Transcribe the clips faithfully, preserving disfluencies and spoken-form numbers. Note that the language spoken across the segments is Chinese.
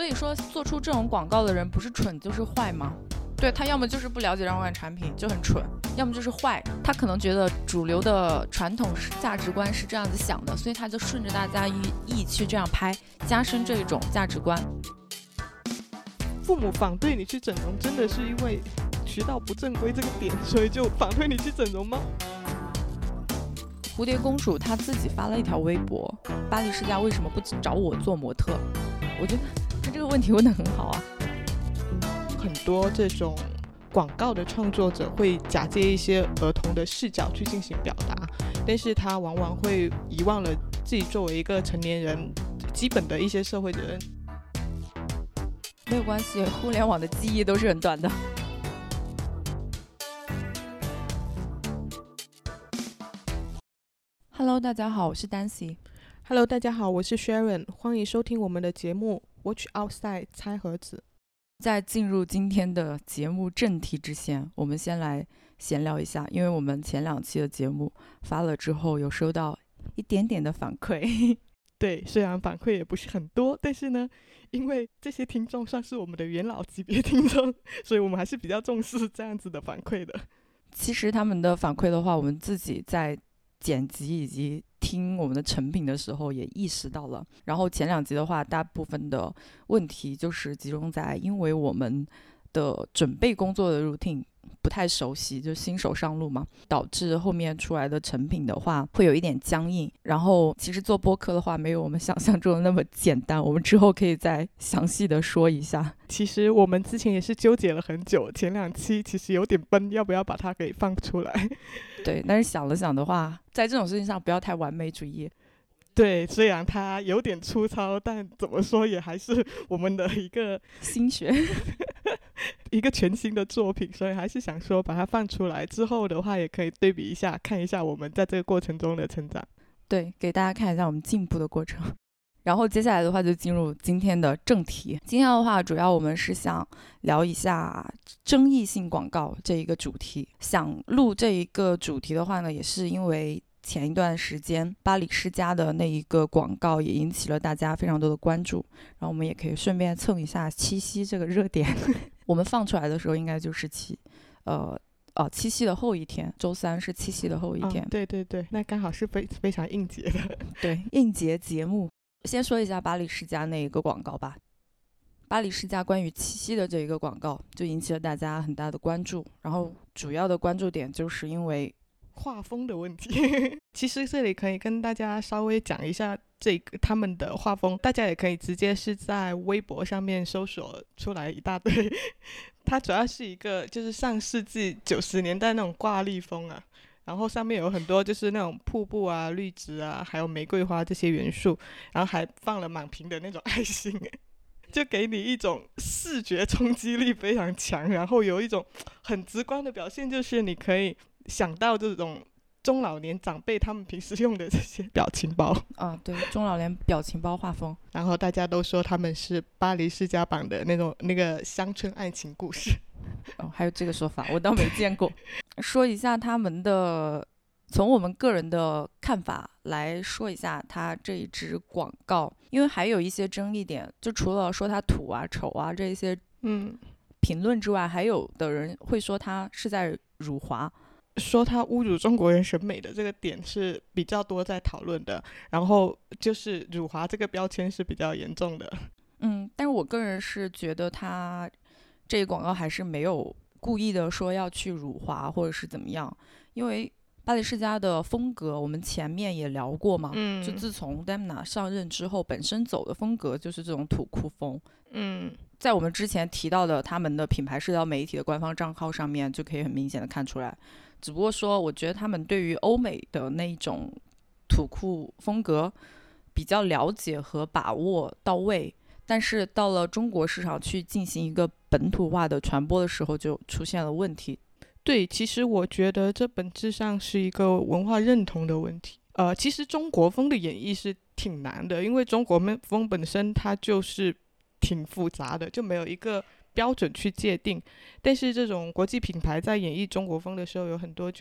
以说做出这种广告的人不是蠢就是坏吗？对，他要么就是不了解让外产品就很蠢，要么就是坏，他可能觉得主流的传统价值观是这样子想的，所以他就顺着大家意去这样拍，加深这种价值观。 父母反对你去整容，真的是因为渠道不正规这个点，所以就反对你去整容吗？ 蝴蝶公主她自己发了一条微博，巴黎世家为什么不找我做模特？我觉得她这个问题问得很好啊。 很多这种广告的创作者会假借一些儿童的视角去进行表达，但是他往往会遗忘了自己作为一个成年人基本的一些社会责任。 没有关系，互联网的记忆都是很短的。Hello， 大家好，我是 Dancy。Hello， 大家好，我是 Sharon， 欢迎收听我们的节目 Watch Outside 猜盒子。 在进入今天的节目正题之前，我们先来闲聊一下，因为我们前两期的节目发了之后，有收到一点点的反馈。 对，虽然反馈也不是很多，但是呢，因为这些听众算是我们的元老级别听众，所以我们还是比较重视这样子的反馈的。 其实他们的反馈的话，我们自己在剪辑以及听我们的成品的时候也意识到了。然后前两集的话，大部分的问题就是集中在因为我们的准备工作的 routine 不太熟悉，就新手上路嘛，导致后面出来的成品的话会有一点僵硬。然后其实做播客的话没有我们想象中的那么简单，我们之后可以再详细的说一下。 其实我们之前也是纠结了很久，前两期其实有点笨，要不要把它给放出来。 对，但是想了想的话，在这种事情上不要太完美主义。 对，虽然它有点粗糙，但怎么说也还是我们的一个心血一个全新的作品，所以还是想说把它放出来，之后的话也可以对比一下，看一下我们在这个过程中的成长。 对，给大家看一下我们进步的过程。然后接下来的话就进入今天的正题。今天的话主要我们是想聊一下争议性广告这一个主题。想录这一个主题的话呢，也是因为前一段时间巴黎世家的那一个广告也引起了大家非常多的关注，然后我们也可以顺便蹭一下七夕这个热点。我们放出来的时候应该就是七呃哦，七夕的后一天，周三是七夕的后一天。 哦、对对对，那刚好是非非常应节的。 对，应节节目。先说一下巴黎世家那一个广告吧。巴黎世家关于七夕的这一个广告就引起了大家很大的关注，然后主要的关注点就是因为画风的问题。其实这里可以跟大家稍微讲一下这个他们的画风，大家也可以直接是在微博上面搜索出来一大堆。它主要是一个就是上世纪九十年代那种挂历风啊，然后上面有很多就是那种瀑布啊、绿植啊，还有玫瑰花这些元素，然后还放了满屏的那种爱心，就给你一种视觉冲击力非常强，然后有一种很直观的表现，就是你可以想到这种中老年长辈他们平时用的这些表情包啊，对，中老年表情包画风。 然后大家都说他们是巴黎世家版的那种那个乡村爱情故事。 哦，还有这个说法，我倒没见过。说一下他们的，从我们个人的看法来说一下他这一支广告，因为还有一些争议点，就除了说他土啊、丑啊这些嗯评论之外，还有的人会说他是在辱华。 说他侮辱中国人审美的这个点是比较多在讨论的，然后就是辱华这个标签是比较严重的。 嗯，但是我个人是觉得他这个广告还是没有故意的说要去辱华或者是怎么样，因为巴黎世家的风格我们前面也聊过嘛，嗯，就自从 Demna 上任之后，本身走的风格就是这种土酷风。嗯，在我们之前提到的他们的品牌社交媒体的官方账号上面就可以很明显的看出来。只不过说我觉得他们对于欧美的那种土酷风格比较了解和把握到位，但是到了中国市场去进行一个本土化的传播的时候就出现了问题。 对，其实我觉得这本质上是一个文化认同的问题。呃，其实中国风的演绎是挺难的，因为中国风本身它就是挺复杂的，就没有一个标准去界定。但是这种国际品牌在演绎中国风的时候，有很多就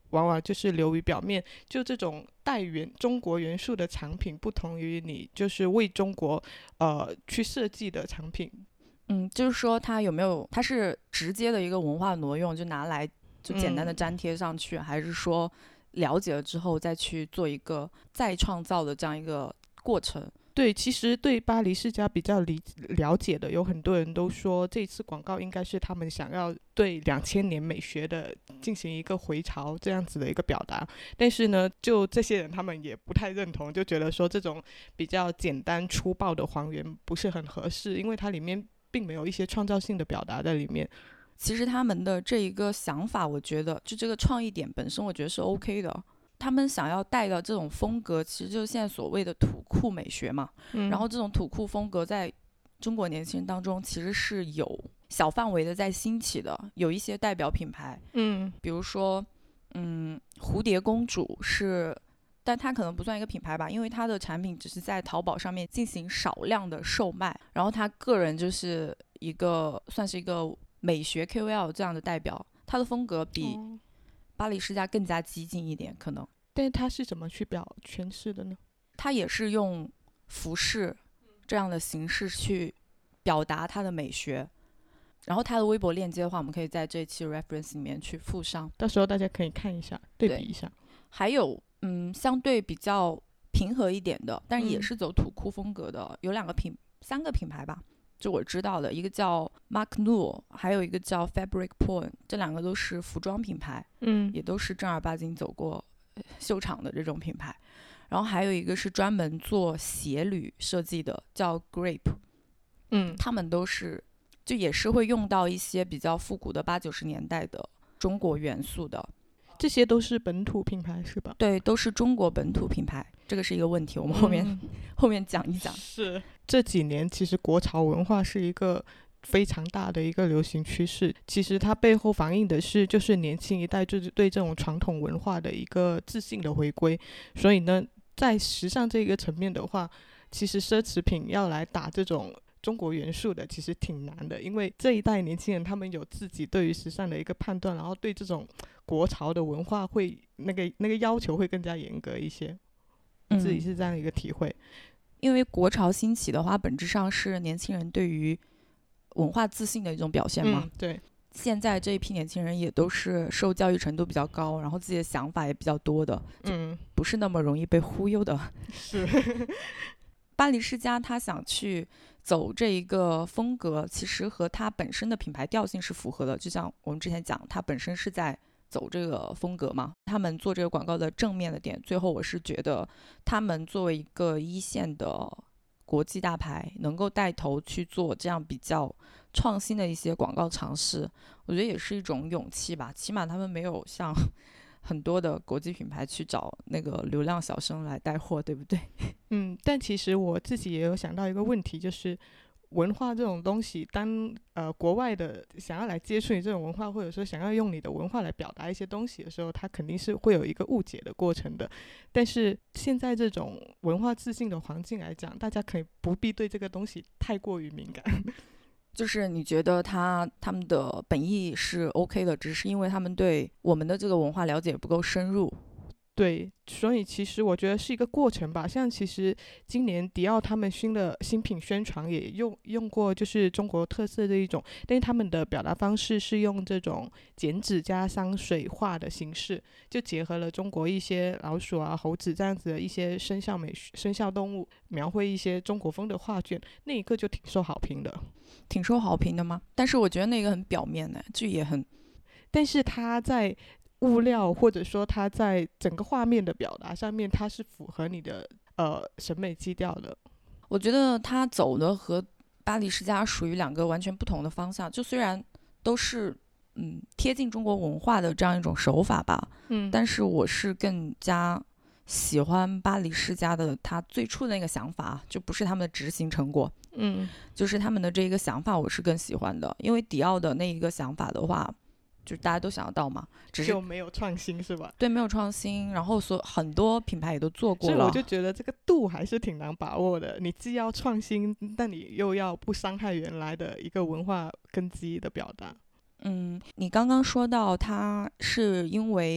往往就是流于表面，就这种带元中国元素的产品，不同于你就是为中国呃去设计的产品。 嗯，就是说它有没有，它是直接的一个文化挪用，就拿来就简单的粘贴上去，嗯、还是说了解了之后再去做一个再创造的这样一个过程？ 对，其实对巴黎世家比较理了解的，有很多人都说这次广告应该是他们想要对两千年美学的进行一个回潮这样子的一个表达。但是呢，就这些人他们也不太认同，就觉得说这种比较简单粗暴的还原不是很合适，因为它里面并没有一些创造性的表达在里面。 其实他们的这一个想法，我觉得就这个创意点本身，我觉得是 OK 的。他们想要带的这种风格，其实就是现在所谓的土库美学嘛。嗯、然后这种土库风格在中国年轻人当中，其实是有小范围的在兴起的，有一些代表品牌， 嗯， 比如说，嗯，蝴蝶公主是，但它可能不算一个品牌吧，因为它的产品只是在淘宝上面进行少量的售卖，然后他个人就是一个算是一个美学 K O L 这样的代表，他的风格比、哦巴黎世家更加激进一点，可能。 但是他是怎么去表诠释的呢？ 他也是用服饰这样的形式去表达他的美学。然后他的微博链接的话，我们可以在这一期 reference 里面去附上， 到时候大家可以看一下，对比一下。 还有，嗯，相对比较平和一点的，但是也是走土库风格的，嗯、有两个品，三个品牌吧。就我知道的，一个叫 Mark Null， 还有一个叫 Fabric Point， 这两个都是服装品牌， 嗯， 也都是正儿八经走过秀场的这种品牌。然后还有一个是专门做鞋履设计的，叫 Grape， 嗯， 他们都是就也是会用到一些比较复古的八九十年代的中国元素的。 这些都是本土品牌是吧？ 对，都是中国本土品牌，这个是一个问题，我们后面、嗯、后面讲一讲。 是这几年其实国潮文化是一个非常大的一个流行趋势，其实它背后反映的是就是年轻一代就是对这种传统文化的一个自信的回归。所以呢，在时尚这个层面的话，其实奢侈品要来打这种中国元素的其实挺难的，因为这一代年轻人他们有自己对于时尚的一个判断，然后对这种国潮的文化会那个那个要求会更加严格一些。自己是这样一个体会、嗯、 因为国潮兴起的话本质上是年轻人对于文化自信的一种表现嘛、 嗯、对， 现在这一批年轻人也都是受教育程度比较高，然后自己的想法也比较多的，嗯，不是那么容易被忽悠的。 是巴黎世家他想去走这一个风格，其实和他本身的品牌调性是符合的，就像我们之前讲，他本身是在走这个风格嘛。他们做这个广告的正面的点，最后我是觉得他们作为一个一线的国际大牌，能够带头去做这样比较创新的一些广告尝试，我觉得也是一种勇气吧。起码他们没有像很多的国际品牌去找那个流量小生来带货，对不对？ 嗯，但其实我自己也有想到一个问题，就是文化这种东西，当呃国外的想要来接触你这种文化，或者说想要用你的文化来表达一些东西的时候，它肯定是会有一个误解的过程的。但是现在这种文化自信的环境来讲，大家可以不必对这个东西太过于敏感。 就是你觉得他他们的本意是 OK 的，只是因为他们对我们的这个文化了解不够深入。 对，所以其实我觉得是一个过程吧。像其实今年迪奥他们新的新品宣传也用用过就是中国特色的一种，但是他们的表达方式是用这种剪纸加山水画的形式，就结合了中国一些老鼠啊猴子这样子的一些生肖美生肖动物，描绘一些中国风的画卷，那一个就挺受好评的。 挺受好评的吗？但是我觉得那个很表面的，这也很， 但是他在物料或者说它在整个画面的表达上面，它是符合你的呃审美基调的。 我觉得它走的和巴黎世家属于两个完全不同的方向，就虽然都是嗯贴近中国文化的这样一种手法吧， 嗯， 但是我是更加喜欢巴黎世家的他最初的那个想法，就不是他们的执行成果， 嗯， 就是他们的这一个想法我是更喜欢的。因为迪奥的那一个想法的话，就是大家都想得到嘛，只是就没有创新是吧？ 对，没有创新，然后所很多品牌也都做过了， 所以我就觉得这个度还是挺难把握的。你既要创新，但你又要不伤害原来的一个文化根基的表达。 嗯，你刚刚说到它是因为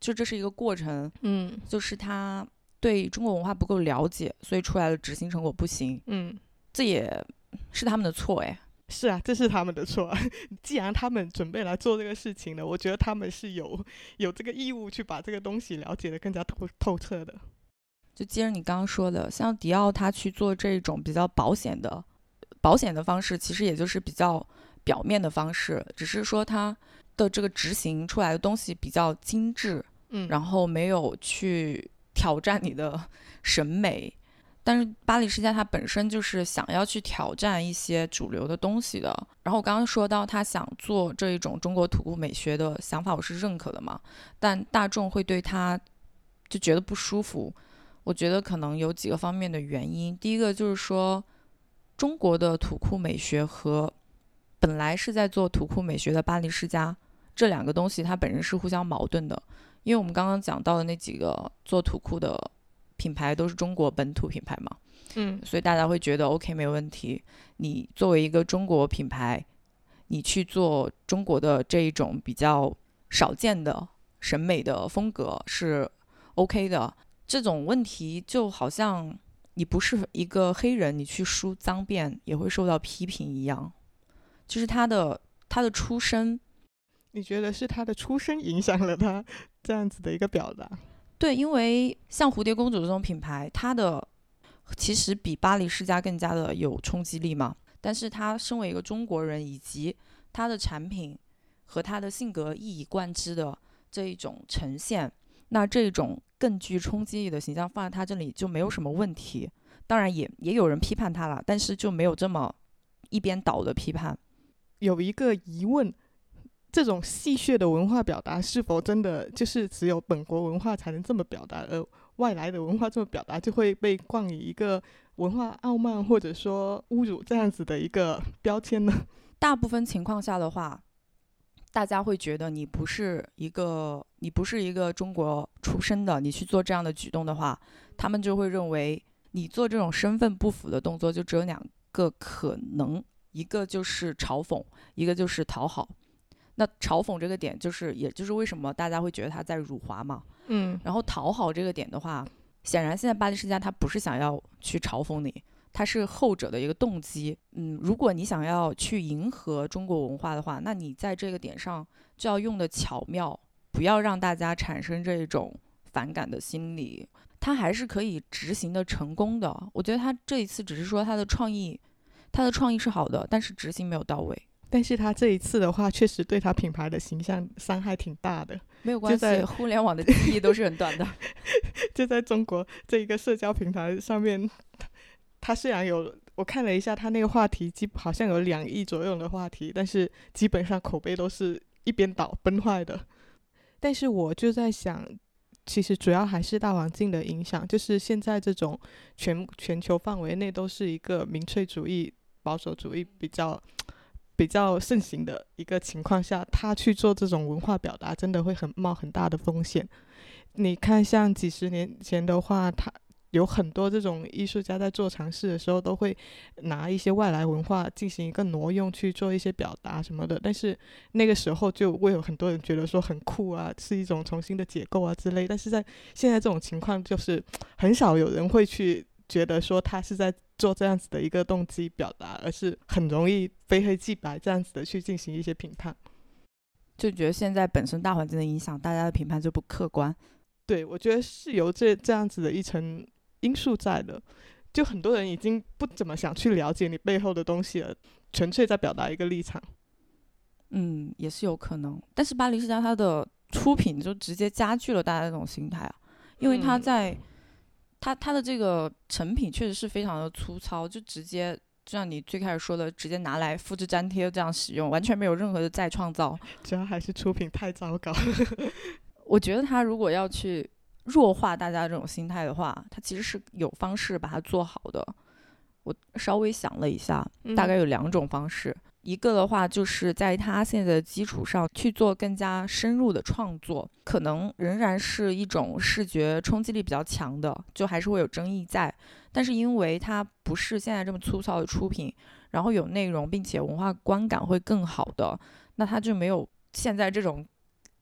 就这是一个过程， 嗯， 就是他对中国文化不够了解，所以出来的执行成果不行， 嗯， 这也是他们的错哎。 是啊，这是他们的错啊。既然他们准备来做这个事情了，我觉得他们是有有这个义务去把这个东西了解的更加透透彻的。 就接着你刚刚说的，像迪奥他去做这种比较保险的保险的方式，其实也就是比较表面的方式，只是说他的这个执行出来的东西比较精致， 嗯， 然后没有去挑战你的审美。但是巴黎世家它本身就是想要去挑战一些主流的东西的。然后我刚刚说到他想做这一种中国土库美学的想法，我是认可的嘛，但大众会对他就觉得不舒服。我觉得可能有几个方面的原因。第一个就是说，中国的土库美学和本来是在做土库美学的巴黎世家这两个东西它本身是互相矛盾的。因为我们刚刚讲到的那几个做土库的品牌都是中国本土品牌嘛， 嗯， 所以大家会觉得 OK 没问题。你作为一个中国品牌，你去做中国的这一种比较少见的审美的风格是 OK 的。这种问题就好像你不是一个黑人，你去梳脏辫也会受到批评一样，就是他的他的出身。 你觉得是他的出身影响了他这样子的一个表达？ 对，因为像蝴蝶公主这种品牌，它的其实比巴黎世家更加的有冲击力嘛。但是他身为一个中国人，以及他的产品和他的性格一以贯之的这一种呈现，那这种更具冲击力的形象放在他这里就没有什么问题。当然也也有人批判他了，但是就没有这么一边倒的批判。 有一个疑问，这种戏谑的文化表达是否真的就是只有本国文化才能这么表达，而外来的文化这么表达就会被冠以一个文化傲慢或者说侮辱这样子的一个标签呢？ 大部分情况下的话，大家会觉得你不是一个你不是一个中国出身的，你去做这样的举动的话，他们就会认为你做这种身份不符的动作就只有两个可能，一个就是嘲讽，一个就是讨好。那嘲讽这个点就是，也就是为什么大家会觉得他在辱华嘛。 嗯， 然后讨好这个点的话，显然现在巴黎世家他不是想要去嘲讽你，他是后者的一个动机。嗯，如果你想要去迎合中国文化的话，那你在这个点上就要用的巧妙，不要让大家产生这种反感的心理，他还是可以执行的成功的。我觉得他这一次只是说他的创意，他的创意是好的，但是执行没有到位。 但是他这一次的话，确实对他品牌的形象伤害挺大的。 没有关系，互联网的记忆都是很短的。 就在中国这一个社交平台上面，他虽然有，我看了一下他那个话题，基好像有两亿左右的话题，但是基本上口碑都是一边倒崩坏的。但是我就在想，其实主要还是大环境的影响，就是现在这种全全球范围内都是一个民粹主义、保守主义比较比较盛行的一个情况下，他去做这种文化表达真的会很冒很大的风险。你看像几十年前的话，他有很多这种艺术家在做尝试的时候都会拿一些外来文化进行一个挪用去做一些表达什么的，但是那个时候就会有很多人觉得说很酷啊，是一种重新的解构啊之类，但是在现在这种情况就是很少有人会去觉得说他是在做这样子的一个动机表达，而是很容易非黑即白这样子的去进行一些评判。 就觉得现在本身大环境的影响，大家的评判就不客观。 对，我觉得是有这这样子的一层因素在的，就很多人已经不怎么想去了解你背后的东西了，纯粹在表达一个立场。 嗯，也是有可能。但是巴黎世家它的出品就直接加剧了大家这种心态啊，因为它在、嗯、它它的这个成品确实是非常的粗糙，就直接就像你最开始说的，直接拿来复制粘贴这样使用，完全没有任何的再创造。 主要还是出品太糟糕。 我觉得他如果要去弱化大家这种心态的话，他其实是有方式把它做好的。我稍微想了一下，大概有两种方式、嗯、一个的话就是在他现在的基础上去做更加深入的创作，可能仍然是一种视觉冲击力比较强的，就还是会有争议在，但是因为它不是现在这么粗糙的出品，然后有内容并且文化观感会更好的，那它就没有现在这种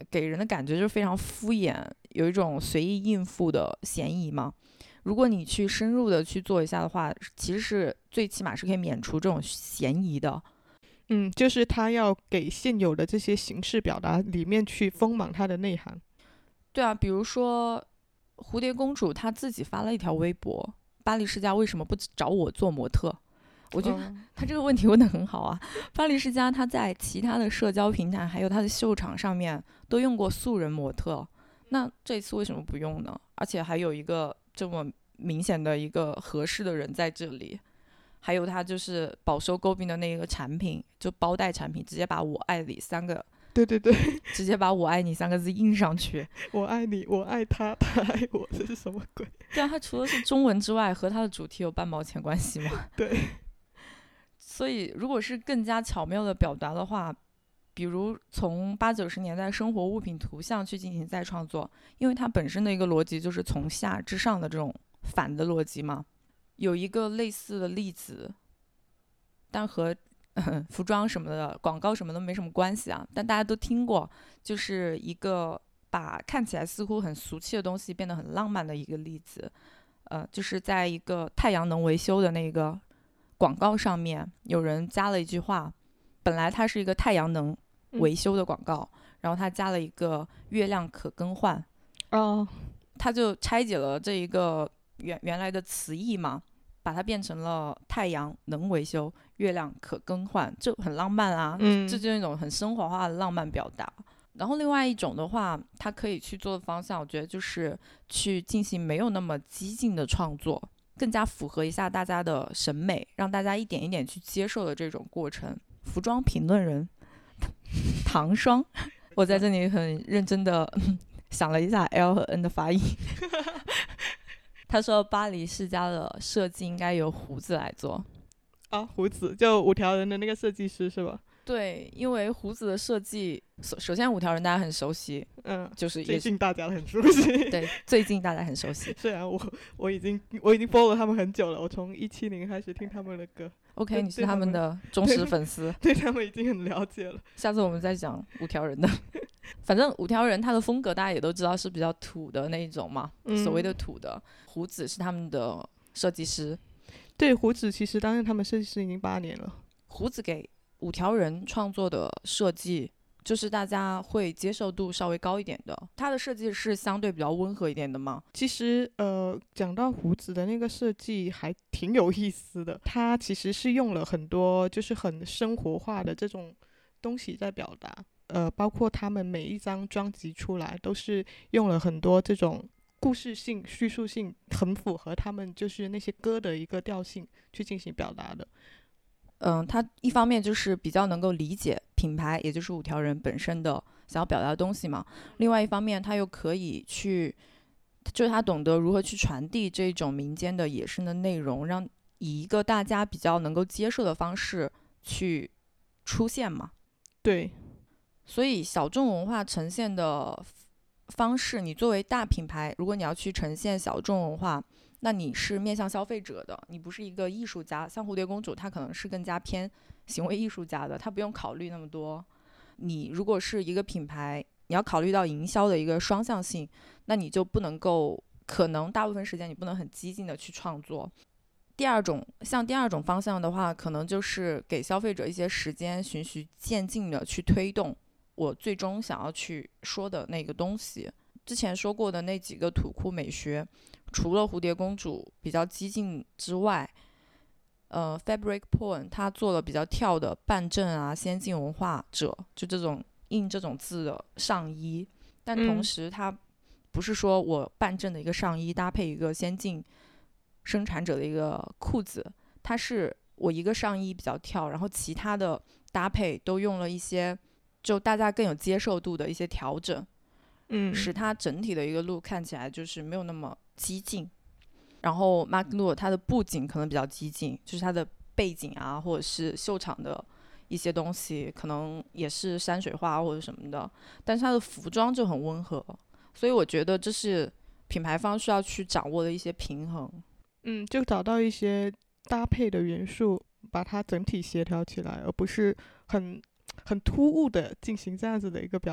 给人的感觉就是非常敷衍，有一种随意应付的嫌疑嘛。如果你去深入的去做一下的话，其实是最起码是可以免除这种嫌疑的。 嗯，就是他要给现有的这些形式表达里面去丰满它的内涵。 对啊，比如说蝴蝶公主她自己发了一条微博，巴黎世家为什么不找我做模特？我觉得他这个问题问得很好啊。巴黎世家他在其他的社交平台还有他的秀场上面都用过素人模特，那这次为什么不用呢？而且还有一个这么明显的一个合适的人在这里，还有他就是饱受诟病的那个产品，就包袋产品，直接把我爱你三个， 对对对， 直接把我爱你三个字印上去。 我爱你，我爱他，他爱我，这是什么鬼？ 对啊，他除了是中文之外，和他的主题有半毛钱关系吗？ 对。 所以如果是更加巧妙的表达的话，比如从八九十年代生活物品图像去进行再创作，因为它本身的一个逻辑就是从下至上的这种反的逻辑嘛。有一个类似的例子，但和、呃、服装什么的广告什么的没什么关系啊，但大家都听过，就是一个把看起来似乎很俗气的东西变得很浪漫的一个例子。呃，就是在一个太阳能维修的那个广告上面，有人加了一句话，本来它是一个太阳能维修的广告、嗯、然后他加了一个月亮可更换。 哦， 他就拆解了这一个原原来的词义嘛，把它变成了太阳能维修，月亮可更换，就很浪漫啊。 嗯， 这就是一种很生活化的浪漫表达。然后另外一种的话，它可以去做的方向，我觉得就是去进行没有那么激进的创作，更加符合一下大家的审美，让大家一点一点去接受的这种过程。服装评论人唐双，我在这里很认真的想了一下 L 和 N 的发音。他说巴黎世家的设计应该由胡子来做。 啊，胡子就五条人的那个设计师是吧？ 对，因为胡子的设计，首首先五条人大家很熟悉， 嗯， 就是也最近大家很熟悉。 对，最近大家很熟悉。 虽然我我已经我已经 follow 他们很久了，我从一七年开始听他们的歌。 OK， 你是他们的忠实粉丝， 对，对他们已经很了解了。 下次我们再讲五条人的。反正五条人他的风格大家也都知道是比较土的那一种嘛、嗯、所谓的土的。胡子是他们的设计师。 对，胡子其实担任他们设计师已经八年了。 胡子给五条人创作的设计就是大家会接受度稍微高一点的，他的设计是相对比较温和一点的嘛。 其实呃，讲到胡子的那个设计还挺有意思的，他其实是用了很多就是很生活化的这种东西在表达，呃，包括他们每一张专辑出来都是用了很多这种故事性叙述性很符合他们就是那些歌的一个调性去进行表达的。 嗯，他一方面就是比较能够理解品牌，也就是五条人本身的想要表达的东西嘛。另外一方面，他又可以去，就是他懂得如何去传递这种民间的野生的内容，让以一个大家比较能够接受的方式去出现嘛。 对， 所以小众文化呈现的方式，你作为大品牌，如果你要去呈现小众文化，那你是面向消费者的，你不是一个艺术家。像蝴蝶公主她可能是更加偏行为艺术家的，她不用考虑那么多。你如果是一个品牌，你要考虑到营销的一个双向性，那你就不能够，可能大部分时间你不能很激进的去创作。第二种，像第二种方向的话，可能就是给消费者一些时间，循序渐进的去推动我最终想要去说的那个东西。之前说过的那几个土库美学，除了蝴蝶公主比较激进之外，呃 Fabric Porn 它做了比较跳的半正啊、先进文化者，就这种印这种字的上衣，但同时它不是说我半正的一个上衣搭配一个先进生产者的一个裤子，它是我一个上衣比较跳，然后其他的搭配都用了一些就大家更有接受度的一些调整， 嗯， 使它整体的一个 look 看起来就是没有那么激进。然后 Mark Luo 它的布景可能比较激进，就是它的背景啊，或者是秀场的一些东西可能也是山水画或者什么的，但是它的服装就很温和，所以我觉得这是品牌方需要去掌握的一些平衡。 嗯，就找到一些搭配的元素，把它整体协调起来，而不是很很突兀的进行这样子的一个表达。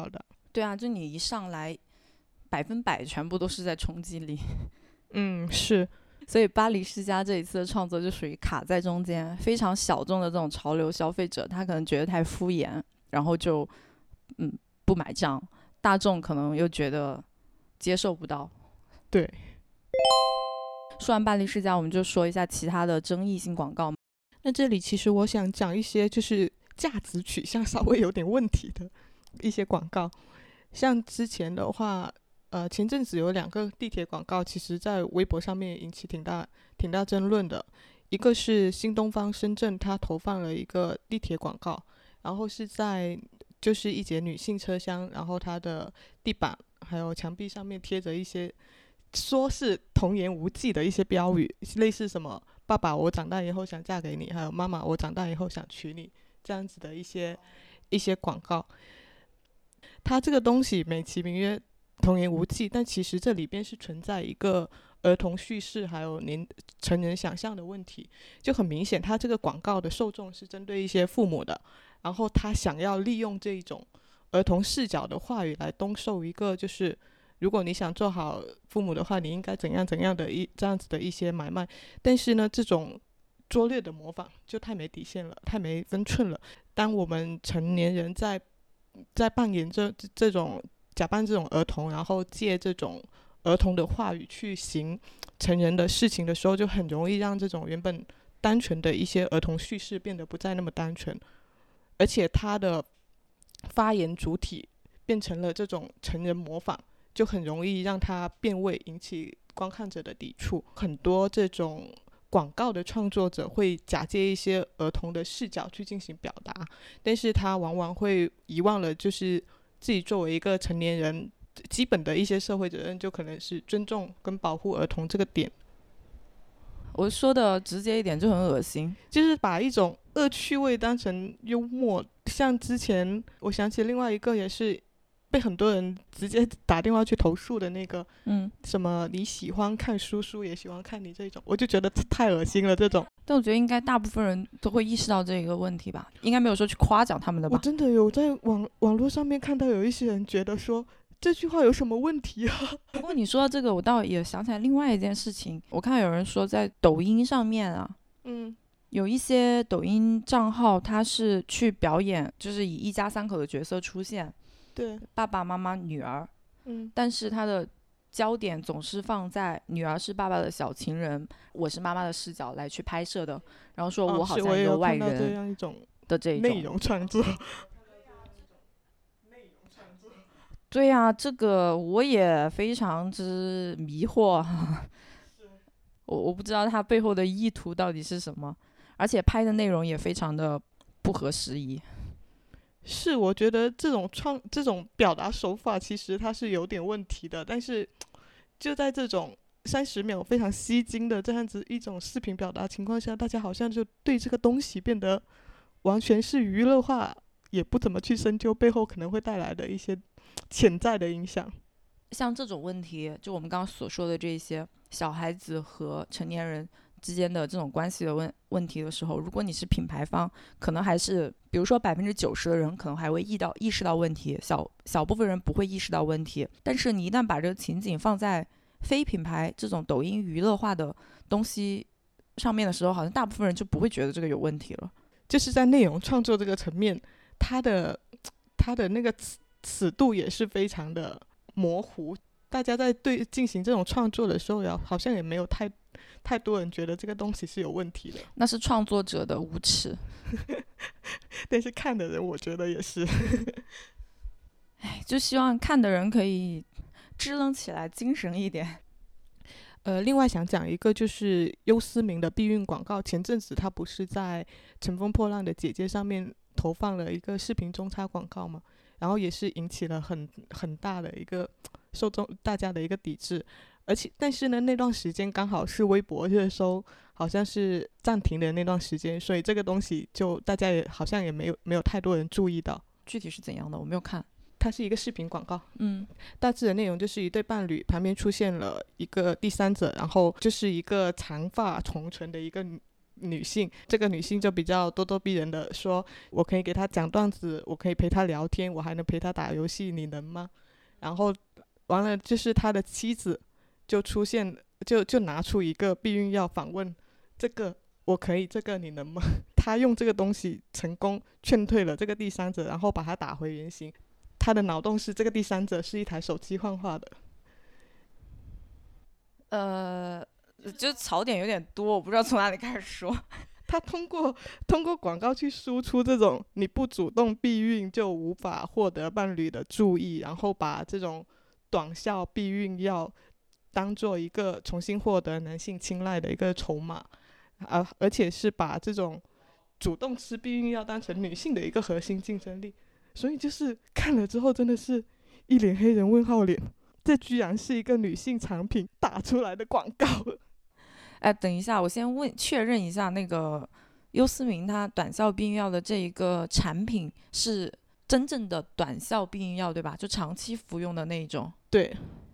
对啊，就你一上来百分百全部都是在冲击力。 嗯，是。 所以巴黎世家这一次的创作就属于卡在中间，非常小众的这种潮流消费者，他可能觉得太敷衍，然后就嗯不买账，大众可能又觉得接受不到。 对。 说完巴黎世家，我们就说一下其他的争议性广告。 那这里其实我想讲一些就是价值取向稍微有点问题的一些广告，像之前的话，呃，前阵子有两个地铁广告，其实在微博上面引起挺大挺大争论的。一个是新东方深圳，它投放了一个地铁广告，然后是在就是一节女性车厢，然后它的地板还有墙壁上面贴着一些说是童言无忌的一些标语，类似什么爸爸我长大以后想嫁给你，还有妈妈我长大以后想娶你，这样子的一些一些广告。它这个东西美其名曰童言无忌，但其实这里边是存在一个儿童叙事还有年成人想象的问题。就很明显它这个广告的受众是针对一些父母的，然后他想要利用这种儿童视角的话语来兜售一个就是如果你想做好父母的话，你应该怎样怎样的一这样子的一些买卖。但是呢，这种拙劣的模仿就太没底线了，太没分寸了。当我们成年人在在扮演这这种假扮这种儿童，然后借这种儿童的话语去行成人的事情的时候，就很容易让这种原本单纯的一些儿童叙事变得不再那么单纯，而且他的发言主体变成了这种成人模仿，就很容易让它变味，引起观看者的抵触。很多这种广告的创作者会假借一些儿童的视角去进行表达，但是他往往会遗忘了就是自己作为一个成年人基本的一些社会责任，就可能是尊重跟保护儿童这个点。 我说的直接一点就很恶心， 就是把一种恶趣味当成幽默。像之前我想起另外一个也是被很多人直接打电话去投诉的那个， 嗯， 什么你喜欢看叔叔也喜欢看你这种，我就觉得太恶心了这种。 但我觉得应该大部分人都会意识到这个问题吧，应该没有说去夸奖他们的吧。 我真的有在网网络上面看到有一些人觉得说这句话有什么问题啊？ 不过你说到这个，我倒也想起来另外一件事情。我看有人说在抖音上面啊， 嗯， 有一些抖音账号，他是去表演，就是以一家三口的角色出现， 对， 爸爸妈妈女儿， 嗯， 但是他的焦点总是放在女儿是爸爸的小情人，我是妈妈的视角来去拍摄的，然后说我好像一个外人的这样一种内容创作。 对呀、啊，这个我也非常之迷惑，我我不知道他背后的意图到底是什么，而且拍的内容也非常的不合时宜。 是，我觉得这种创这种表达手法其实它是有点问题的，但是就在这种三十秒非常吸睛的这样子一种视频表达情况下，大家好像就对这个东西变得完全是娱乐化，也不怎么去深究背后可能会带来的一些潜在的影响。 像这种问题，就我们刚刚所说的这些小孩子和成年人之间的这种关系的问问题的时候，如果你是品牌方，可能还是比如说百分之九十的人可能还会意到意识到问题，小小部分人不会意识到问题。但是你一旦把这个情景放在非品牌这种抖音娱乐化的东西上面的时候，好像大部分人就不会觉得这个有问题了。 就是在内容创作这个层面，它的它的那个尺尺度也是非常的模糊。大家在对进行这种创作的时候，好像也没有太太多人觉得这个东西是有问题的。 那是创作者的无耻， 但是看的人我觉得也是。 唉，就希望看的人可以支棱起来，精神一点。 呃，另外想讲一个就是优思明的避孕广告，前阵子他不是在《乘风破浪的姐姐》上面投放了一个视频中插广告嘛，然后也是引起了很很大的一个受众大家的一个抵制，而且但是呢那段时间刚好是微博热搜好像是暂停的那段时间，所以这个东西就大家也好像也没有没有太多人注意到。 具体是怎样的我没有看。 它是一个视频广告， 嗯， 大致的内容就是一对伴侣旁边出现了一个第三者，然后就是一个长发重唇的一个女性，这个女性就比较咄咄逼人的说，我可以给她讲段子，我可以陪她聊天，我还能陪她打游戏，你能吗？然后完了就是他的妻子就出现，就就拿出一个避孕药反问，这个我可以，这个你能吗？他用这个东西成功劝退了这个第三者，然后把他打回原形。他的脑洞是这个第三者是一台手机幻化的。 呃，就槽点有点多，我不知道从哪里开始说。 他通过通过广告去输出这种你不主动避孕就无法获得伴侣的注意，然后把这种短效避孕药当做一个重新获得男性青睐的一个筹码，而而且是把这种主动吃避孕药当成女性的一个核心竞争力。所以就是看了之后真的是一脸黑人问号脸，这居然是一个女性产品打出来的广告。 哎，等一下，我先问确认一下，那个优思明它短效避孕药的这一个产品是真正的短效避孕药对吧？就长期服用的那一种。 对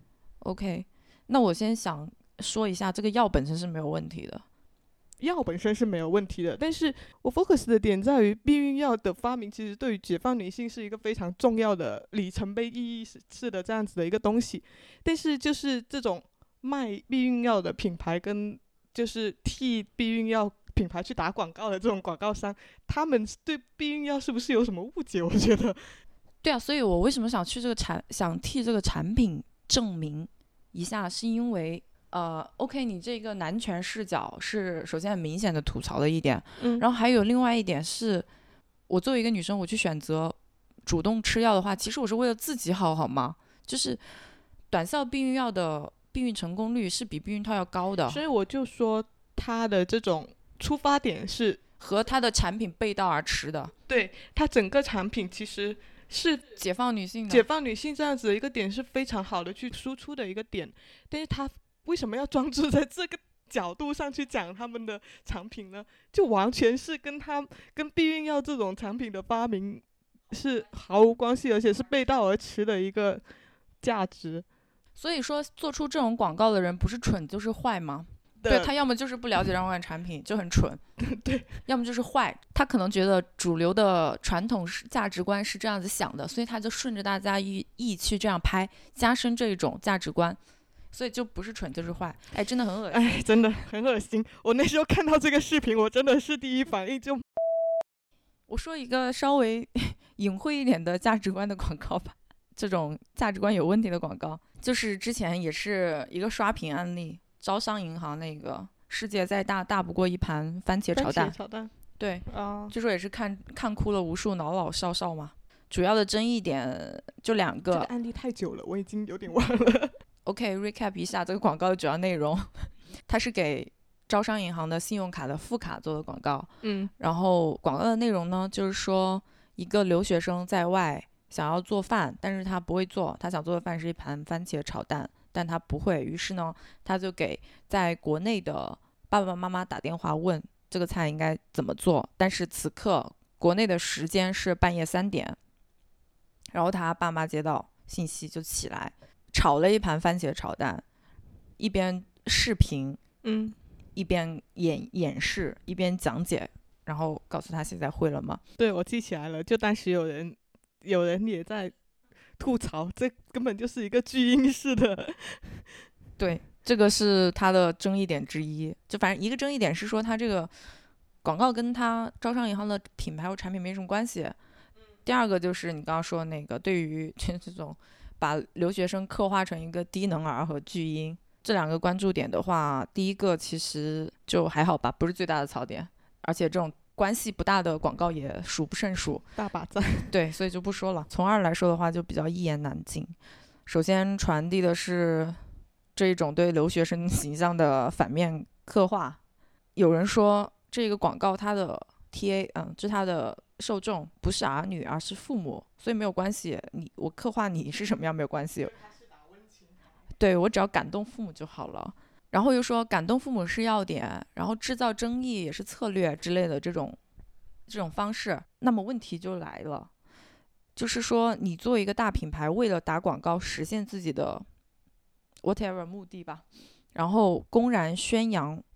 OK， 那我先想说一下，这个药本身是没有问题的， 药本身是没有问题的，但是我 focus 的点在于避孕药的发明其实对于解放女性是一个非常重要的里程碑意义是的这样子的一个东西，但是就是这种卖避孕药的品牌跟就是替避孕药品牌去打广告的这种广告商，他们对避孕药是不是有什么误解？我觉得对啊，所以我为什么想去这个产想替这个产品证明一下，是因为呃 OK 你这个男权视角是首先很明显的吐槽的一点， 嗯， 然后还有另外一点是，我作为一个女生我去选择主动吃药的话，其实我是为了自己好，好吗？就是短效避孕药的避孕成功率是比避孕套要高的， 所以我就说他的这种出发点是和他的产品背道而驰的。 对他整个产品其实是解放女性的， 解放女性这样子的一个点是非常好的去输出的一个点，但是他为什么要专注在这个角度上去讲他们的产品呢？就完全是跟他跟避孕药这种产品的发明是毫无关系，而且是背道而驰的一个价值。 所以说做出这种广告的人不是蠢就是坏吗？对，他要么就是不了解让款产品就很蠢， 对， 要么就是坏。他可能觉得主流的传统价值观是这样子想的，所以他就顺着大家意意去这样拍，加深这种价值观，所以就不是蠢就是坏。哎，真的很恶心， 哎，真的很恶心。我那时候看到这个视频，我真的是第一反应就…… 我说一个稍微隐晦一点的价值观的广告吧。这种价值观有问题的广告，就是之前也是一个刷屏案例，招商银行那个世界再大大不过一盘番茄炒蛋， 炒蛋对， 啊， 据说也是看看哭了无数老老少少嘛。主要的争议点就两个， 这个案例太久了，我已经有点忘了。 OK，recap 一下这个广告的主要内容，它是给招商银行的信用卡的副卡做的广告， 嗯， 然后广告的内容呢，就是说一个留学生在外想要做饭，但是他不会做，他想做的饭是一盘番茄炒蛋，但他不会，于是呢，他就给在国内的爸爸妈妈打电话问这个菜应该怎么做，但是此刻国内的时间是半夜三点，然后他爸妈接到信息就起来炒了一盘番茄炒蛋，一边视频， 嗯， 一边演演示，一边讲解，然后告诉他现在会了吗？ 对，我记起来了，就当时有人。有人也在吐槽，这根本就是一个巨婴式的。 对，这个是他的争议点之一。就反正一个争议点是说，他这个广告跟他招商银行的品牌或产品没什么关系。第二个就是你刚刚说的那个，对于这种把留学生刻画成一个低能儿和巨婴这两个关注点的话，第一个其实就还好吧，不是最大的槽点，而且这种关系不大的广告也数不胜数， 大把赞。 对，所以就不说了。从二来说的话，就比较一言难尽。首先传递的是这一种对留学生形象的反面刻画。有人说这个广告它的 T A， 嗯，就它的受众不是儿女，而是父母，所以没有关系。你我刻画你是什么样没有关系。对，我只要感动父母就好了。然后又说感动父母是要点，然后制造争议也是策略之类的这种这种方式。那么问题就来了，就是说你作为一个大品牌，为了打广告实现自己的 whatever 目的吧，然后公然宣扬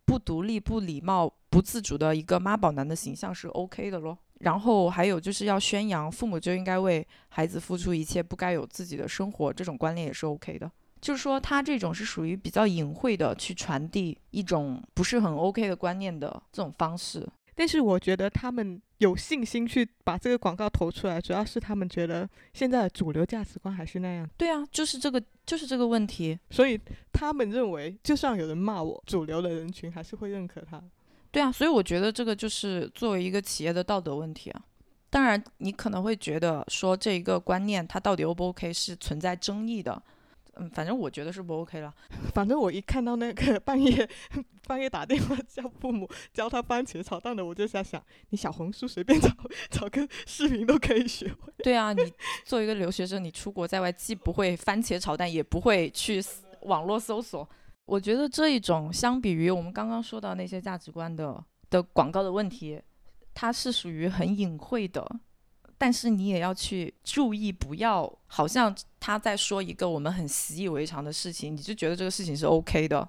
不独立、不礼貌、不自主的一个妈宝男的形象是 OK 的咯。然后还有就是要宣扬父母就应该为孩子付出一切，不该有自己的生活，这种观念也是 OK 的。就是说他这种是属于比较隐晦的去传递一种不是很 OK 的观念的这种方式。 但是我觉得他们有信心去把这个广告投出来，主要是他们觉得现在的主流价值观还是那样。 对啊，就是这个就是这个问题。 所以他们认为就算有人骂我，主流的人群还是会认可他。 对啊，所以我觉得这个就是作为一个企业的道德问题啊。当然你可能会觉得说这一个观念它到底 O 不 OK 是存在争议的，嗯，反正我觉得是不 OK 了。 反正我一看到那个半夜半夜打电话叫父母教他番茄炒蛋的，我就在想，你小红书随便找找个视频都可以学会。 对啊，你作为一个留学生，你出国在外既不会番茄炒蛋，也不会去网络搜索。我觉得这一种相比于我们刚刚说到那些价值观的的广告的问题，它是属于很隐晦的，但是你也要去注意，不要好像他在说一个我们很习以为常的事情，你就觉得这个事情是 OK 的。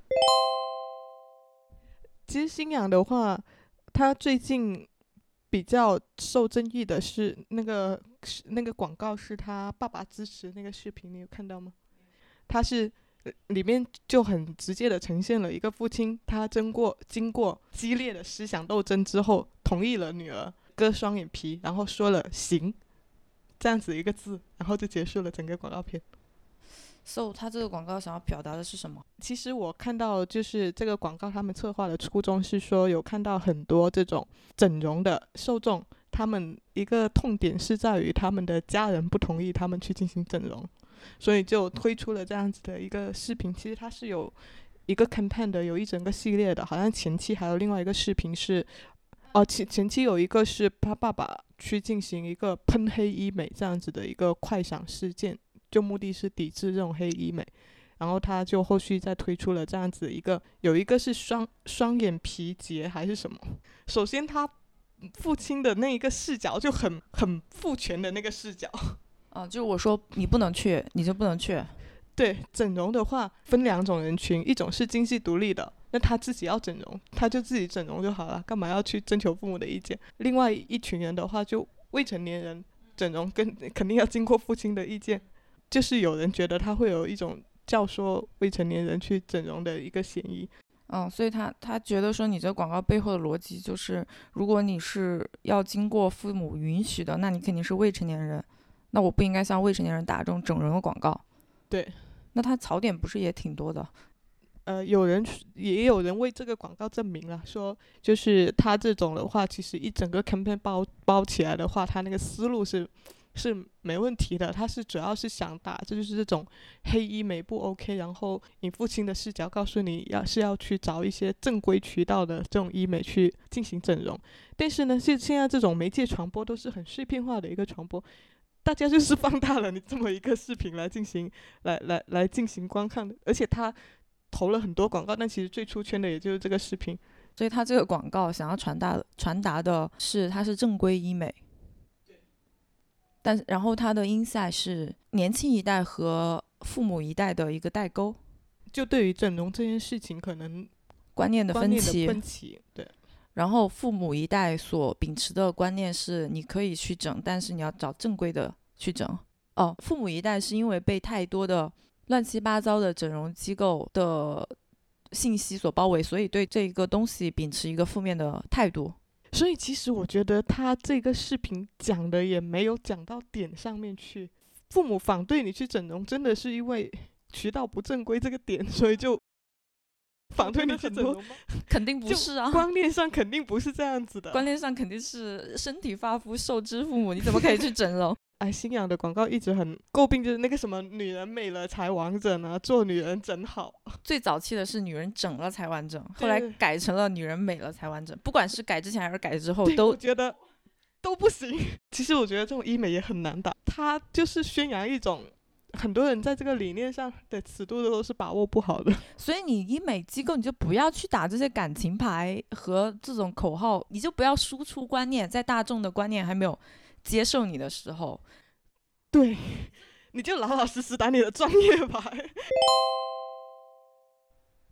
其实新阳的话，他最近比较受争议的是那个那个广告是他爸爸支持那个视频，你有看到吗？他是里面就很直接的呈现了一个父亲，他经过经过激烈的思想斗争之后，同意了女儿割双眼皮，然后说了行这样子一个字，然后就结束了整个广告片。 So 他这个广告想要表达的是什么？ 其实我看到就是这个广告他们策划的初衷是说，有看到很多这种整容的受众，他们一个痛点是在于他们的家人不同意他们去进行整容，所以就推出了这样子的一个视频。其实它是有一个 campaign 的，有一整个系列的，好像前期还有另外一个视频是哦，前前期有一个是他爸爸去进行一个喷黑医美这样子的一个快闪事件，就目的是抵制这种黑医美，然后他就后续再推出了这样子一个，有一个是双双眼皮节还是什么。首先他父亲的那一个视角就很很父权的那个视角， 啊，就我说你不能去，你就不能去。 对，整容的话分两种人群，一种是经济独立的，那他自己要整容，他就自己整容就好了，干嘛要去征求父母的意见？另外一群人的话，就未成年人整容跟肯定要经过父亲的意见，就是有人觉得他会有一种教唆未成年人去整容的一个嫌疑。 嗯，所以他他觉得说你这广告背后的逻辑就是，如果你是要经过父母允许的，那你肯定是未成年人，那我不应该向未成年人打这种整容的广告。 对， 那他槽点不是也挺多的？ 呃，有人也有人为这个广告证明了，说就是他这种的话，其实一整个 campaign 包包起来的话，他那个思路是是没问题的，他是主要是想打这就是这种黑医美不 OK， 然后以父亲的视角告诉你要是要去找一些正规渠道的这种医美去进行整容。但是呢，现现在这种媒介传播都是很碎片化的一个传播，大家就是放大了你这么一个视频来进行来来来进行观看的，而且他投了很多广告，但其实最出圈的也就是这个视频。 所以他这个广告想要传达传达的是它是正规医美，但然后他的 insight 是年轻一代和父母一代的一个代沟， 就对于整容这件事情可能观念的分歧， 分歧对。 然后父母一代所秉持的观念是你可以去整，但是你要找正规的去整。哦，父母一代是因为被太多的乱七八糟的整容机构的信息所包围，所以对这个东西秉持一个负面的态度。 所以其实我觉得他这个视频讲的也没有讲到点上面去。父母反对你去整容，真的是因为渠道不正规这个点，所以就反对你去整容吗？ 肯定不是啊， 观念上肯定不是这样子的。 观念上肯定是身体发肤受之父母，你怎么可以去整容？ 哎，新阳的广告一直很诟病，就是那个什么女人美了才完整啊，做女人真好。 最早期的是女人整了才完整，后来改成了女人美了才完整。不管是改之前还是改之后，都我觉得都不行。其实我觉得这种医美也很难打，它就是宣扬一种很多人在这个理念上的尺度都是把握不好的。 所以你医美机构你就不要去打这些感情牌和这种口号，你就不要输出观念，在大众的观念还没有接受你的时候， 对，你就老老实实打你的专业牌。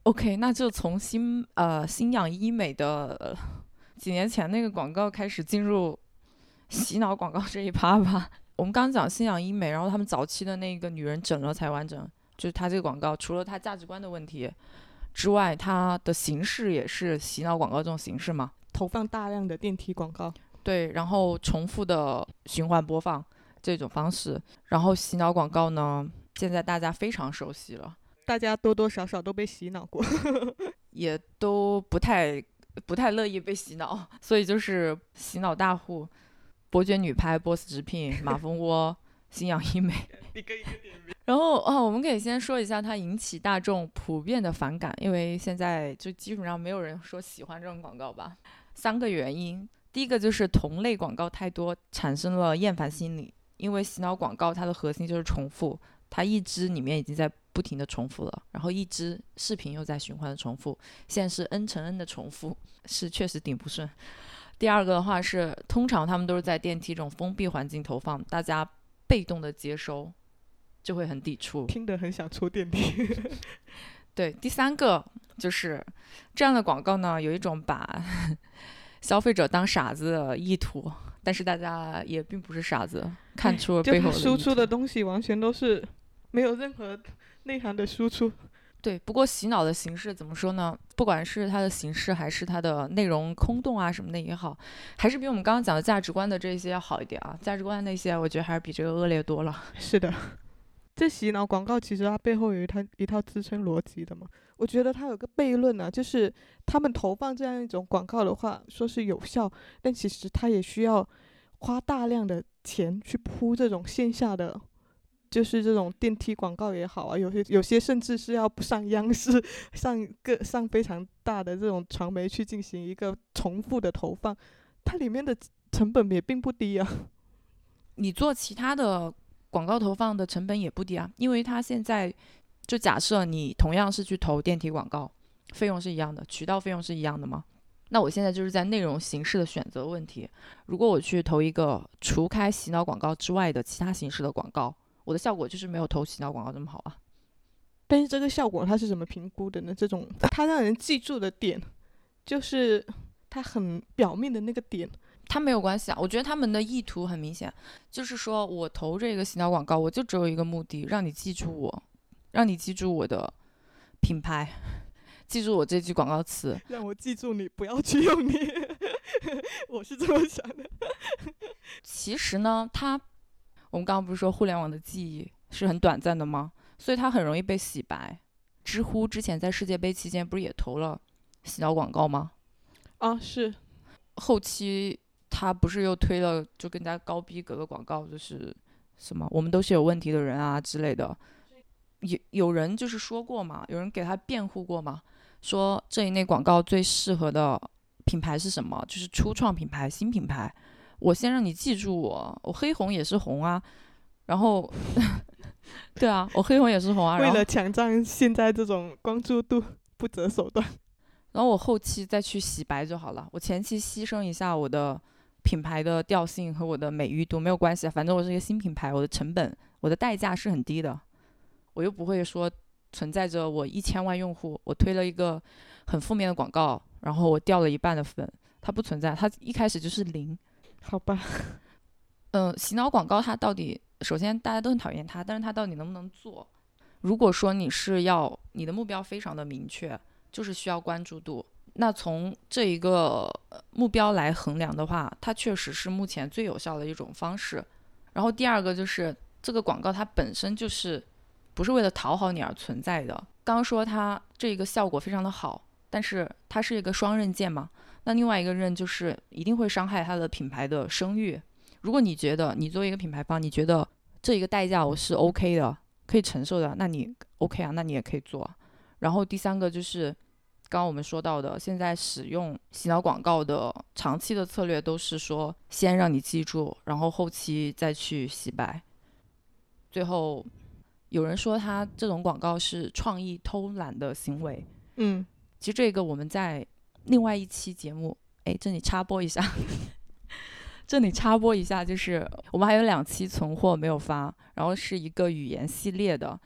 OK，那就从新呃新氧医美的、呃、几年前那个广告开始进入洗脑广告这一趴吧。我们刚刚讲新氧医美，然后他们早期的那个女人整了才完整，就是他这个广告除了他价值观的问题之外，它的形式也是洗脑广告这种形式嘛， 投放大量的电梯广告， 对，然后重复的循环播放这种方式，然后洗脑广告呢，现在大家非常熟悉了， 大家多多少少都被洗脑过也都不太不太乐意被洗脑，所以就是洗脑大户，伯爵女拍、波斯直聘、马蜂窝、新氧医美。 一个一个点名。 然后啊、哦，我们可以先说一下它引起大众普遍的反感，因为现在就基本上没有人说喜欢这种广告吧。三个原因，第一个就是同类广告太多，产生了厌烦心理，因为洗脑广告它的核心就是重复，它一支里面已经在不停的重复了，然后一支视频又在循环的重复，现在是 n 乘 n 的重复，是确实顶不顺。第二个的话是，通常他们都是在电梯这种封闭环境投放，大家被动的接收，就会很抵触， 听得很想出电梯对，第三个就是这样的广告呢，有一种把消费者当傻子的意图，但是大家也并不是傻子，看出了背后的意图。 就他输出的东西完全都是没有任何内涵的输出。 对，不过洗脑的形式怎么说呢？不管是它的形式还是它的内容空洞啊什么的也好，还是比我们刚刚讲的价值观的这些要好一点啊。价值观那些我觉得还是比这个恶劣多了。 是的，这洗脑广告其实它背后有一套一套支撑逻辑的嘛。我觉得它有个悖论啊，就是他们投放这样一种广告的话，说是有效，但其实它也需要花大量的钱去铺这种线下的。就是这种电梯广告也好啊，有些有些甚至是要上央视、上各上非常大的这种传媒去进行一个重复的投放，它里面的成本也并不低啊。 你做其他的广告投放的成本也不低啊，因为它现在就假设你同样是去投电梯广告，费用是一样的，渠道费用是一样的吗？那我现在就是在内容形式的选择问题，如果我去投一个除开洗脑广告之外的其他形式的广告，我的效果就是没有投洗脑广告这么好啊。 但是这个效果它是怎么评估的呢？这种它让人记住的点，就是它很表面的那个点， 它没有关系啊。我觉得他们的意图很明显，就是说我投这个洗脑广告，我就只有一个目的，让你记住我，让你记住我的品牌，记住我这句广告词， 让我记住你，不要去用你我是这么想的其实呢，它我们刚刚不是说互联网的记忆是很短暂的吗？所以它很容易被洗白。知乎之前在世界杯期间不是也投了洗脑广告吗？ 啊，是。 后期他不是又推了就更加高逼格的广告，就是什么我们都是有问题的人啊之类的。有有人就是说过嘛，有人给他辩护过嘛，说这一类广告最适合的品牌是什么？就是初创品牌、新品牌。我先让你记住我，我黑红也是红啊，然后对啊，我黑红也是红啊， 为了抢占现在这种关注度，不择手段。 然后我后期再去洗白就好了，我前期牺牲一下我的品牌的调性和我的美誉度没有关系，反正我是一个新品牌，我的成本、我的代价是很低的，我又不会说存在着我一千万用户，我推了一个很负面的广告，然后我掉了一半的粉，它不存在，它一开始就是零。 好吧， 嗯、呃，洗脑广告它到底，首先大家都很讨厌它，但是它到底能不能做？如果说你是要你的目标非常的明确，就是需要关注度，那从这一个目标来衡量的话，它确实是目前最有效的一种方式。然后第二个就是这个广告它本身就是不是为了讨好你而存在的。刚刚说它这个效果非常的好，但是它是一个双刃剑嘛，那另外一个刃就是一定会伤害它的品牌的声誉。如果你觉得你作为一个品牌方，你觉得这一个代价我是 OK 的，可以承受的，那你 OK 啊，那你也可以做。然后第三个就是刚刚我们说到的，现在使用洗脑广告的长期的策略都是说先让你记住，然后后期再去洗白。最后有人说他这种广告是创意偷懒的行为， 嗯， 其实这个我们在另外一期节目，哎，这里插播一下这里插播一下，就是我们还有两期存货没有发，然后是一个语言系列的，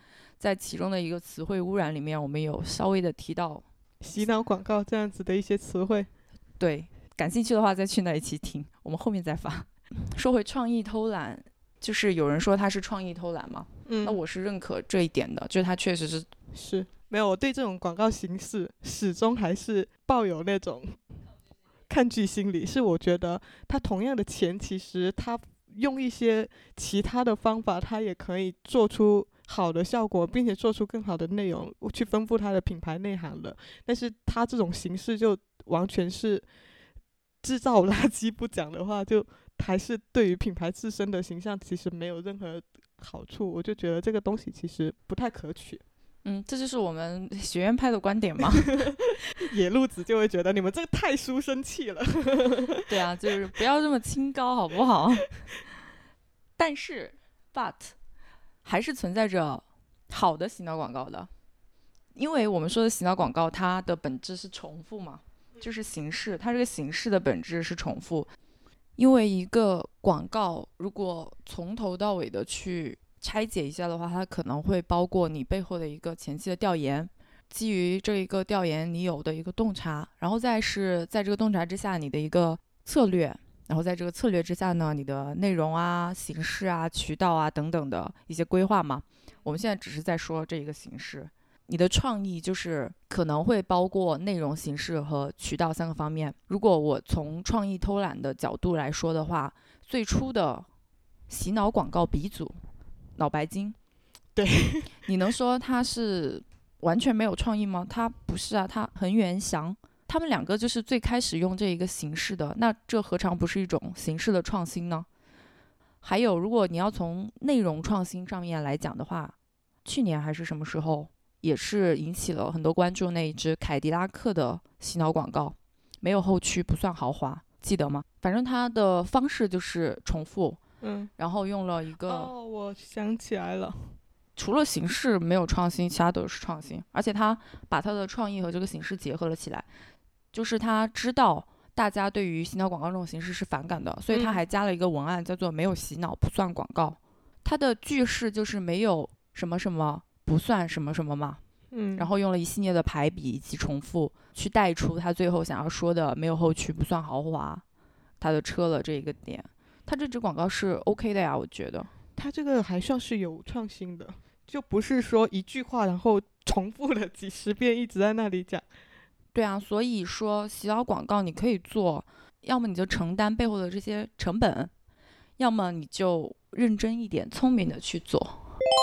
在其中的一个词汇污染里面，我们有稍微的提到洗脑广告这样子的一些词汇。 对，感兴趣的话再去那一期听，我们后面再发。说回创意偷懒，就是有人说它是创意偷懒嘛， 嗯， 那我是认可这一点的，就是它确实是是没有，我对这种广告形式始终还是抱有那种抗拒心理。是我觉得它同样的钱，其实它用一些其他的方法，它也可以做出好的效果，并且做出更好的内容去丰富它的品牌内涵的。但是它这种形式就完全是制造垃圾不讲的话，就还是对于品牌自身的形象其实没有任何好处。我就觉得这个东西其实不太可取。 嗯，这就是我们学院派的观点嘛。 野路子就会觉得你们这个太书生气了。 对啊，就是不要这么清高好不好？但是 but 还是存在着好的洗脑广告的，因为我们说的洗脑广告它的本质是重复嘛，就是形式，它这个形式的本质是重复。因为一个广告如果从头到尾的去拆解一下的话，它可能会包括你背后的一个前期的调研，基于这一个调研你有的一个洞察，然后再是在这个洞察之下你的一个策略，然后在这个策略之下呢，你的内容啊、形式啊、渠道啊等等的一些规划嘛。我们现在只是在说这一个形式，你的创意就是可能会包括内容、形式和渠道三个方面。如果我从创意偷懒的角度来说的话，最初的洗脑广告鼻祖脑白金， 对， 你能说它是完全没有创意吗？它不是啊，它很远翔，他们两个就是最开始用这一个形式的，那这何尝不是一种形式的创新呢？还有，如果你要从内容创新上面来讲的话，去年还是什么时候，也是引起了很多关注那一支凯迪拉克的洗脑广告，没有后驱不算豪华，记得吗？反正它的方式就是重复， 嗯， 然后用了一个哦，我想起来了， 除了形式没有创新，其他都是创新，而且他把他的创意和这个形式结合了起来，就是他知道大家对于洗脑广告这种形式是反感的，所以他还加了一个文案叫做没有洗脑不算广告。他的句式就是没有什么什么不算什么什么嘛， 嗯， 然后用了一系列的排比以及重复去带出他最后想要说的没有后驱不算豪华，他的车了这一个点。他这支广告是 OK 的呀，我觉得他这个还算是有创新的，就不是说一句话然后重复了几十遍一直在那里讲。 对啊，所以说洗脑广告你可以做，要么你就承担背后的这些成本，要么你就认真一点聪明的去做。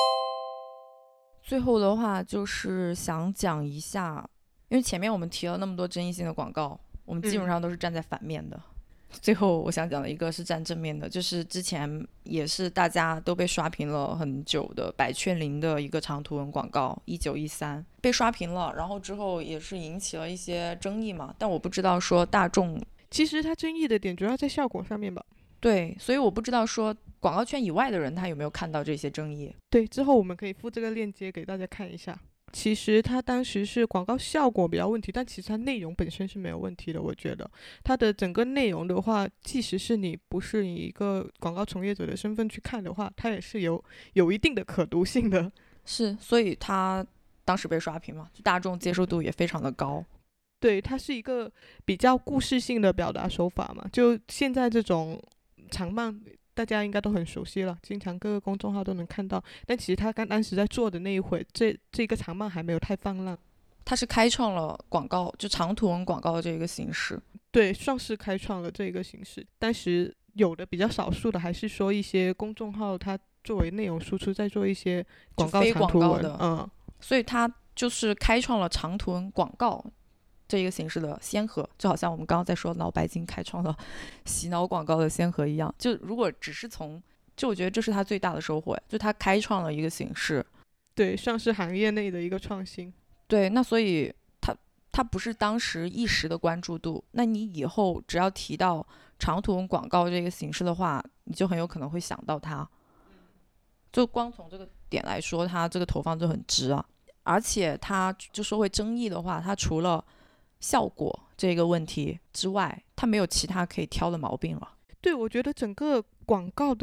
最后的话就是想讲一下，因为前面我们提了那么多争议性的广告，我们基本上都是站在反面的、嗯、最后我想讲的一个是站正面的，就是之前也是大家都被刷屏了很久的百雀羚的一个长图文广告一九一三被刷屏了，然后之后也是引起了一些争议嘛，但我不知道说大众， 其实它争议的点主要在效果上面吧。 对，所以我不知道说广告圈以外的人他有没有看到这些争议。 对，之后我们可以附这个链接给大家看一下。其实它当时是广告效果比较问题，但其实它内容本身是没有问题的。我觉得它的整个内容的话，即使是你不是以一个广告从业者的身份去看的话，它也是有有一定的可读性的。 是，所以它当时被刷屏嘛，大众接受度也非常的高。 对，它是一个比较故事性的表达手法嘛，就现在这种长漫大家应该都很熟悉了，经常各个公众号都能看到，但其实他刚当时在做的那一会，这这个长漫还没有太放浪。 他是开创了广告就长图文广告的这个形式。 对，算是开创了这个形式。当时有的比较少数的还是说一些公众号它作为内容输出在做一些广告长图文的，嗯， 所以他就是开创了长图文广告这一个形式的先河，就好像我们刚刚在说脑白金开创了洗脑广告的先河一样。就如果只是从，就我觉得这是他最大的收获，就他开创了一个形式， 对，算是行业内的一个创新。 对，那所以他他不是当时一时的关注度，那你以后只要提到长图文广告这个形式的话，你就很有可能会想到它。就光从这个点来说，它这个投放就很值啊。而且它就说回争议的话，它除了效果这个问题之外，它没有其他可以挑的毛病了。 对，我觉得整个广告的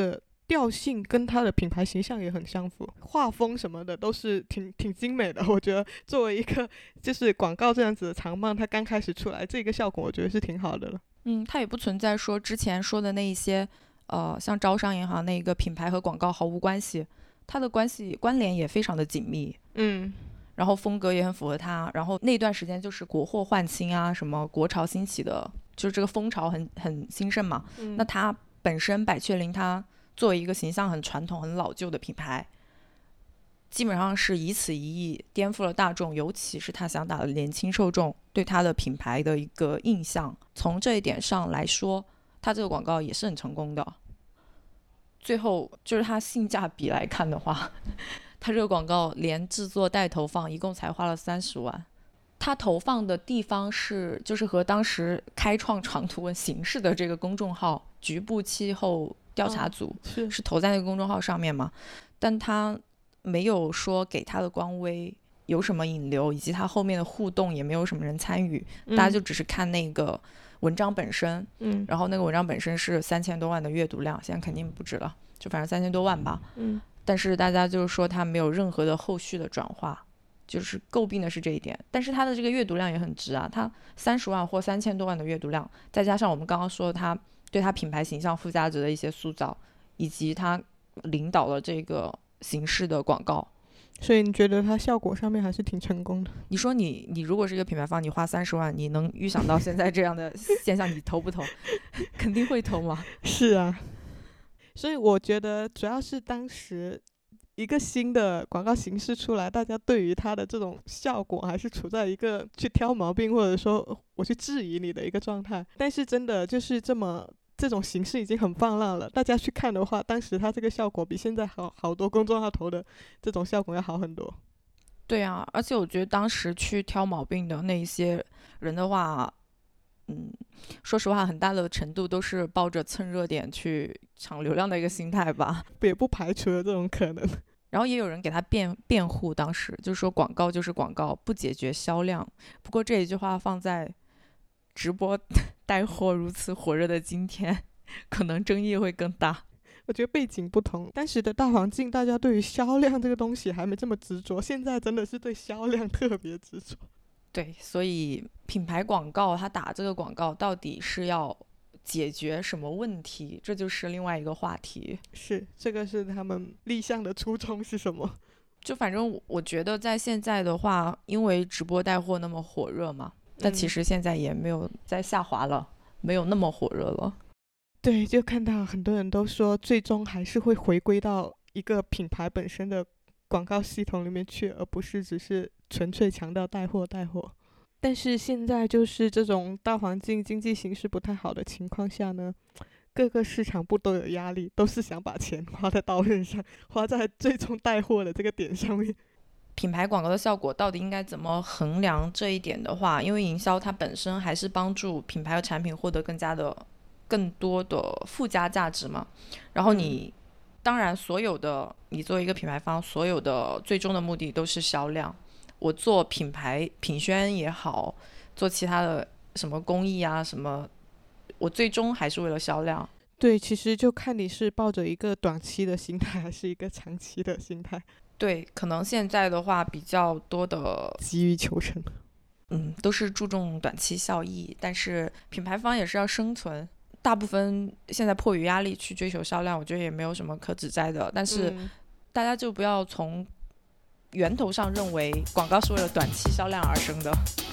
调性跟它的品牌形象也很相符，画风什么的都是挺挺精美的。我觉得作为一个就是广告这样子的长漫，它刚开始出来这个效果我觉得是挺好的了。 嗯，它也不存在说之前说的那一些呃，像招商银行那个品牌和广告毫无关系，它的关系关联也非常的紧密。 嗯， 然后风格也很符合它，然后那段时间就是国货焕新啊，什么国潮兴起的，就是这个风潮很很兴盛嘛。 嗯， 那它本身百雀羚它作为一个形象很传统很老旧的品牌，基本上是以此一役颠覆了大众，尤其是他想打的年轻受众对他的品牌的一个印象。从这一点上来说，他这个广告也是很成功的。最后就是它性价比来看的话，它这个广告连制作带投放一共才花了三十万。它投放的地方是就是和当时开创长图文形式的这个公众号局部气候调查组、 哦、是, 是投在那个公众号上面嘛，但它没有说给它的官微有什么引流，以及它后面的互动也没有什么人参与、嗯、大家就只是看那个文章本身， 嗯， 然后那个文章本身是三千多万的阅读量，现在肯定不止了，就反正三千多万吧， 嗯， 但是大家就是说它没有任何的后续的转化，就是诟病的是这一点。但是它的这个阅读量也很值啊，它三十万或三千多万的阅读量，再加上我们刚刚说它对它品牌形象附加值的一些塑造，以及它领导了这个形式的广告， 所以你觉得它效果上面还是挺成功的？ 你说你你如果是一个品牌方，你花三十万，你能预想到现在这样的现象，你投不投？肯定会投嘛。 是啊，所以我觉得主要是当时一个新的广告形式出来，大家对于它的这种效果还是处在一个去挑毛病或者说我去质疑你的一个状态。但是真的就是这么这种形式已经很放浪了，大家去看的话，当时它这个效果比现在好好多公众号投的这种效果要好很多。 对啊，而且我觉得当时去挑毛病的那一些人的话，嗯，说实话很大的程度都是抱着蹭热点去抢流量的一个心态吧， 也不排除了这种可能。 然后也有人给他辩辩护，当时就是说广告就是广告，不解决销量。不过这一句话放在直播带货如此火热的今天，可能争议会更大。 我觉得背景不同，当时的大环境大家对于销量这个东西还没这么执着，现在真的是对销量特别执着。 对，所以品牌广告它打这个广告到底是要解决什么问题，这就是另外一个话题。 是，这个是他们立项的初衷是什么？ 就反正我觉得在现在的话，因为直播带货那么火热嘛，但其实现在也没有在下滑了、嗯、没有那么火热了。 对，就看到很多人都说最终还是会回归到一个品牌本身的广告系统里面去，而不是只是纯粹强调带货带货。但是现在就是这种大环境经济形势不太好的情况下呢，各个市场部都有压力，都是想把钱花在刀刃上，花在最终带货的这个点上面。 品牌广告的效果到底应该怎么衡量这一点的话，因为营销它本身还是帮助品牌和产品获得更加的更多的附加价值嘛。然后你、嗯、当然所有的你作为一个品牌方，所有的最终的目的都是销量。我做品牌品宣也好，做其他的什么公益啊什么，我最终还是为了销量。 对，其实就看你是抱着一个短期的心态还是一个长期的心态。 对，可能现在的话比较多的急于求成， 嗯，都是注重短期效益，但是品牌方也是要生存，大部分现在迫于压力去追求销量，我觉得也没有什么可指摘的。但是大家就不要从源头上认为广告是为了短期销量而生的。